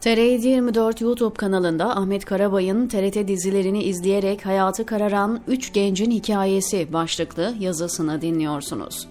TR24 YouTube kanalında Ahmet Karabay'ın TRT dizilerini izleyerek hayatı kararan 3 gencin hikayesi başlıklı yazısını dinliyorsunuz.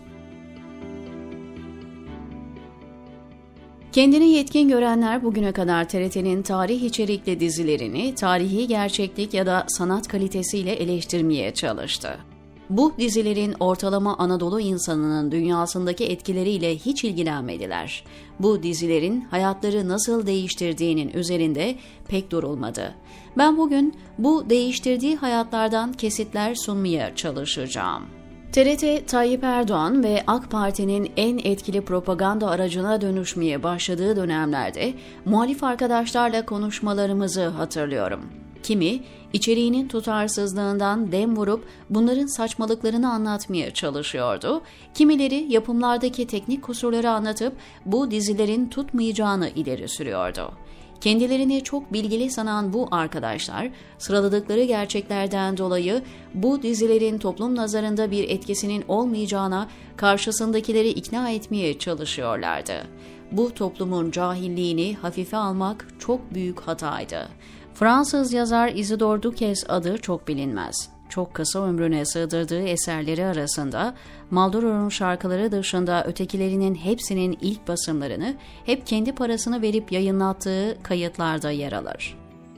Kendini yetkin görenler bugüne kadar TRT'nin tarih içerikli dizilerini tarihi gerçeklik ya da sanat kalitesiyle eleştirmeye çalıştı. Bu dizilerin ortalama Anadolu insanının dünyasındaki etkileriyle hiç ilgilenmediler. Bu dizilerin hayatları nasıl değiştirdiğinin üzerinde pek durulmadı. Ben bugün bu değiştirdiği hayatlardan kesitler sunmaya çalışacağım. TRT, Tayyip Erdoğan ve AK Parti'nin en etkili propaganda aracına dönüşmeye başladığı dönemlerde muhalif arkadaşlarla konuşmalarımızı hatırlıyorum. Kimi, içeriğinin tutarsızlığından dem vurup bunların saçmalıklarını anlatmaya çalışıyordu. Kimileri yapımlardaki teknik kusurları anlatıp bu dizilerin tutmayacağını ileri sürüyordu. Kendilerini çok bilgili sanan bu arkadaşlar, sıraladıkları gerçeklerden dolayı bu dizilerin toplum nazarında bir etkisinin olmayacağına karşısındakileri ikna etmeye çalışıyorlardı. Bu toplumun cahilliğini hafife almak çok büyük hataydı. Fransız yazar Isidore Duques adı çok bilinmez. Çok kısa ömrüne sığdırdığı eserleri arasında Maldoror'un şarkıları dışında ötekilerinin hepsinin ilk basımlarını hep kendi parasını verip yayınlattığı kayıtlarda yer alır.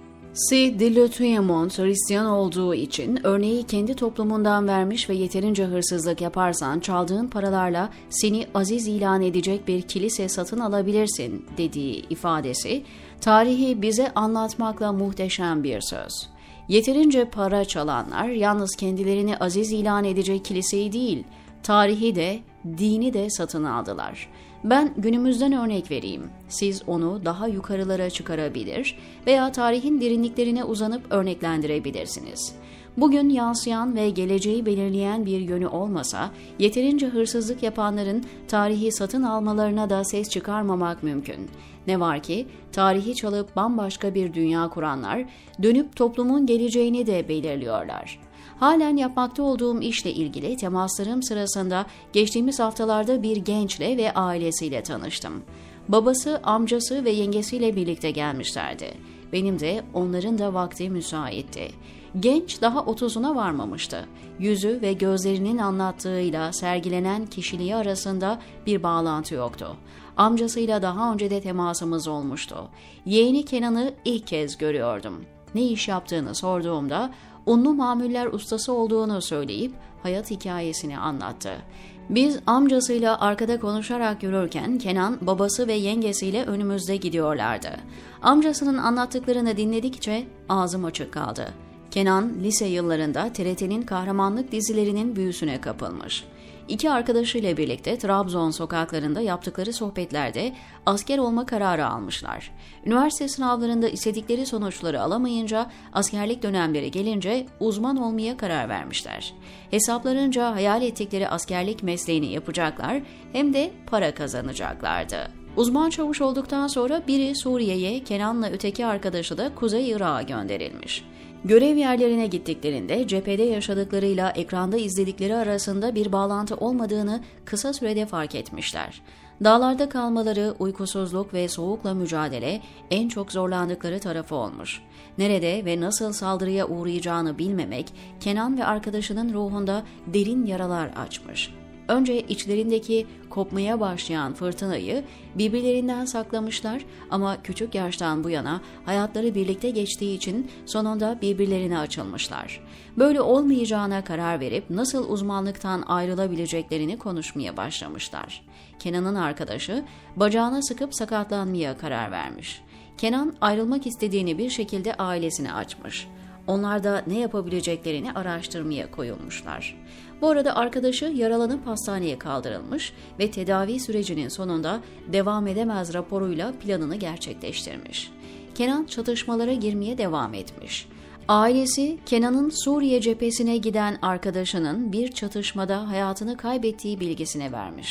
C. de Le Touillemont Hristiyan olduğu için örneği kendi toplumundan vermiş ve yeterince hırsızlık yaparsan çaldığın paralarla seni aziz ilan edecek bir kilise satın alabilirsin dediği ifadesi tarihi bize anlatmakla muhteşem bir söz. Yeterince para çalanlar yalnız kendilerini aziz ilan edecek kiliseyi değil, tarihi de, dini de satın aldılar. Ben günümüzden örnek vereyim. Siz onu daha yukarılara çıkarabilir veya tarihin derinliklerine uzanıp örneklendirebilirsiniz. Bugün yansıyan ve geleceği belirleyen bir yönü olmasa, yeterince hırsızlık yapanların tarihi satın almalarına da ses çıkarmamak mümkün. Ne var ki, tarihi çalıp bambaşka bir dünya kuranlar, dönüp toplumun geleceğini de belirliyorlar. Halen yapmakta olduğum işle ilgili temaslarım sırasında geçtiğimiz haftalarda bir gençle ve ailesiyle tanıştım. Babası, amcası ve yengesiyle birlikte gelmişlerdi. Benim de onların da vakti müsaitti. Genç daha 30'una varmamıştı. Yüzü ve gözlerinin anlattığıyla sergilenen kişiliği arasında bir bağlantı yoktu. Amcasıyla daha önce de temasımız olmuştu. Yeğeni Kenan'ı ilk kez görüyordum. Ne iş yaptığını sorduğumda unlu mamuller ustası olduğunu söyleyip hayat hikayesini anlattı. Biz amcasıyla arkada konuşarak yürürken Kenan babası ve yengesiyle önümüzde gidiyorlardı. Amcasının anlattıklarını dinledikçe ağzım açık kaldı. Kenan lise yıllarında TRT'nin kahramanlık dizilerinin büyüsüne kapılmış. İki arkadaşıyla birlikte Trabzon sokaklarında yaptıkları sohbetlerde asker olma kararı almışlar. Üniversite sınavlarında istedikleri sonuçları alamayınca askerlik dönemleri gelince uzman olmaya karar vermişler. Hesaplarınca hayal ettikleri askerlik mesleğini yapacaklar hem de para kazanacaklardı. Uzman çavuş olduktan sonra biri Suriye'ye, Kenan'la öteki arkadaşı da Kuzey Irak'a gönderilmiş. Görev yerlerine gittiklerinde cephede yaşadıklarıyla ekranda izledikleri arasında bir bağlantı olmadığını kısa sürede fark etmişler. Dağlarda kalmaları, uykusuzluk ve soğukla mücadele en çok zorlandıkları tarafı olmuş. Nerede ve nasıl saldırıya uğrayacağını bilmemek, Kenan ve arkadaşının ruhunda derin yaralar açmış. Önce içlerindeki kopmaya başlayan fırtınayı birbirlerinden saklamışlar ama küçük yaştan bu yana hayatları birlikte geçtiği için sonunda birbirlerine açılmışlar. Böyle olmayacağına karar verip nasıl uzmanlıktan ayrılabileceklerini konuşmaya başlamışlar. Kenan'ın arkadaşı bacağına sıkıp sakatlanmaya karar vermiş. Kenan ayrılmak istediğini bir şekilde ailesine açmış. Onlar da ne yapabileceklerini araştırmaya koyulmuşlar. Bu arada arkadaşı yaralanıp hastaneye kaldırılmış ve tedavi sürecinin sonunda devam edemez raporuyla planını gerçekleştirmiş. Kenan çatışmalara girmeye devam etmiş. Ailesi Kenan'ın Suriye cephesine giden arkadaşının bir çatışmada hayatını kaybettiği bilgisini vermiş.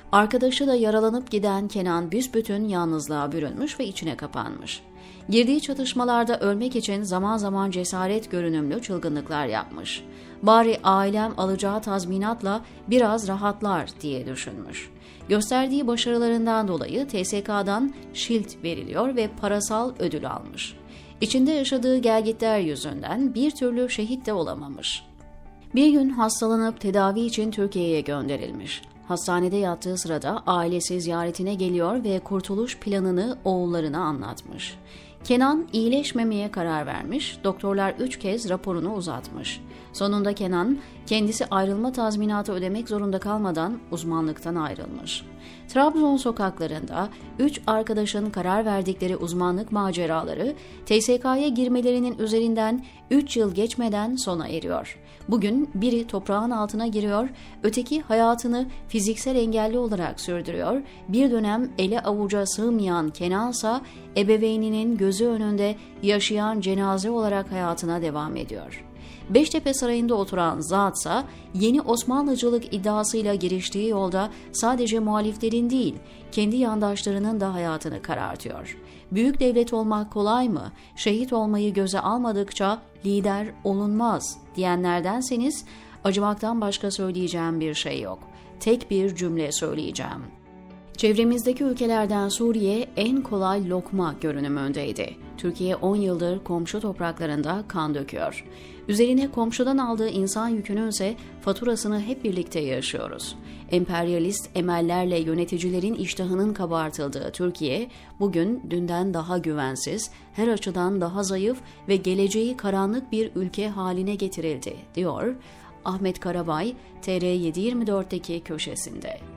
Arkadaşı da yaralanıp giden Kenan büsbütün yalnızlığa bürünmüş ve içine kapanmış. Girdiği çatışmalarda ölmek için zaman zaman cesaret görünümlü çılgınlıklar yapmış. Bari ailem alacağı tazminatla biraz rahatlar diye düşünmüş. Gösterdiği başarılarından dolayı TSK'dan şilt veriliyor ve parasal ödül almış. İçinde yaşadığı gelgitler yüzünden bir türlü şehit de olamamış. Bir gün hastalanıp tedavi için Türkiye'ye gönderilmiş. Hastanede yattığı sırada ailesi ziyaretine geliyor ve kurtuluş planını oğullarına anlatmış. Kenan iyileşmemeye karar vermiş, doktorlar 3 kez raporunu uzatmış. Sonunda Kenan kendisi ayrılma tazminatı ödemek zorunda kalmadan uzmanlıktan ayrılmış. Trabzon sokaklarında 3 arkadaşın karar verdikleri uzmanlık maceraları TSK'ya girmelerinin üzerinden 3 yıl geçmeden sona eriyor. Bugün biri toprağın altına giriyor, öteki hayatını fiziksel engelli olarak sürdürüyor. Bir dönem ele avuca sığmayan Kenansa ebeveyninin gözü önünde yaşayan cenaze olarak hayatına devam ediyor. Beştepe Sarayı'nda oturan zatsa yeni Osmanlıcılık iddiasıyla giriştiği yolda sadece muhaliflerin değil, kendi yandaşlarının da hayatını karartıyor. Büyük devlet olmak kolay mı? Şehit olmayı göze almadıkça lider olunmaz diyenlerdenseniz acımaktan başka söyleyeceğim bir şey yok. Tek bir cümle söyleyeceğim. Çevremizdeki ülkelerden Suriye en kolay lokma görünümündeydi. Türkiye 10 yıldır komşu topraklarında kan döküyor. Üzerine komşudan aldığı insan yükünün ise faturasını hep birlikte yaşıyoruz. Emperyalist emellerle yöneticilerin iştahının kabartıldığı Türkiye, bugün dünden daha güvensiz, her açıdan daha zayıf ve geleceği karanlık bir ülke haline getirildi, diyor Ahmet Karabay, TR724'deki köşesinde.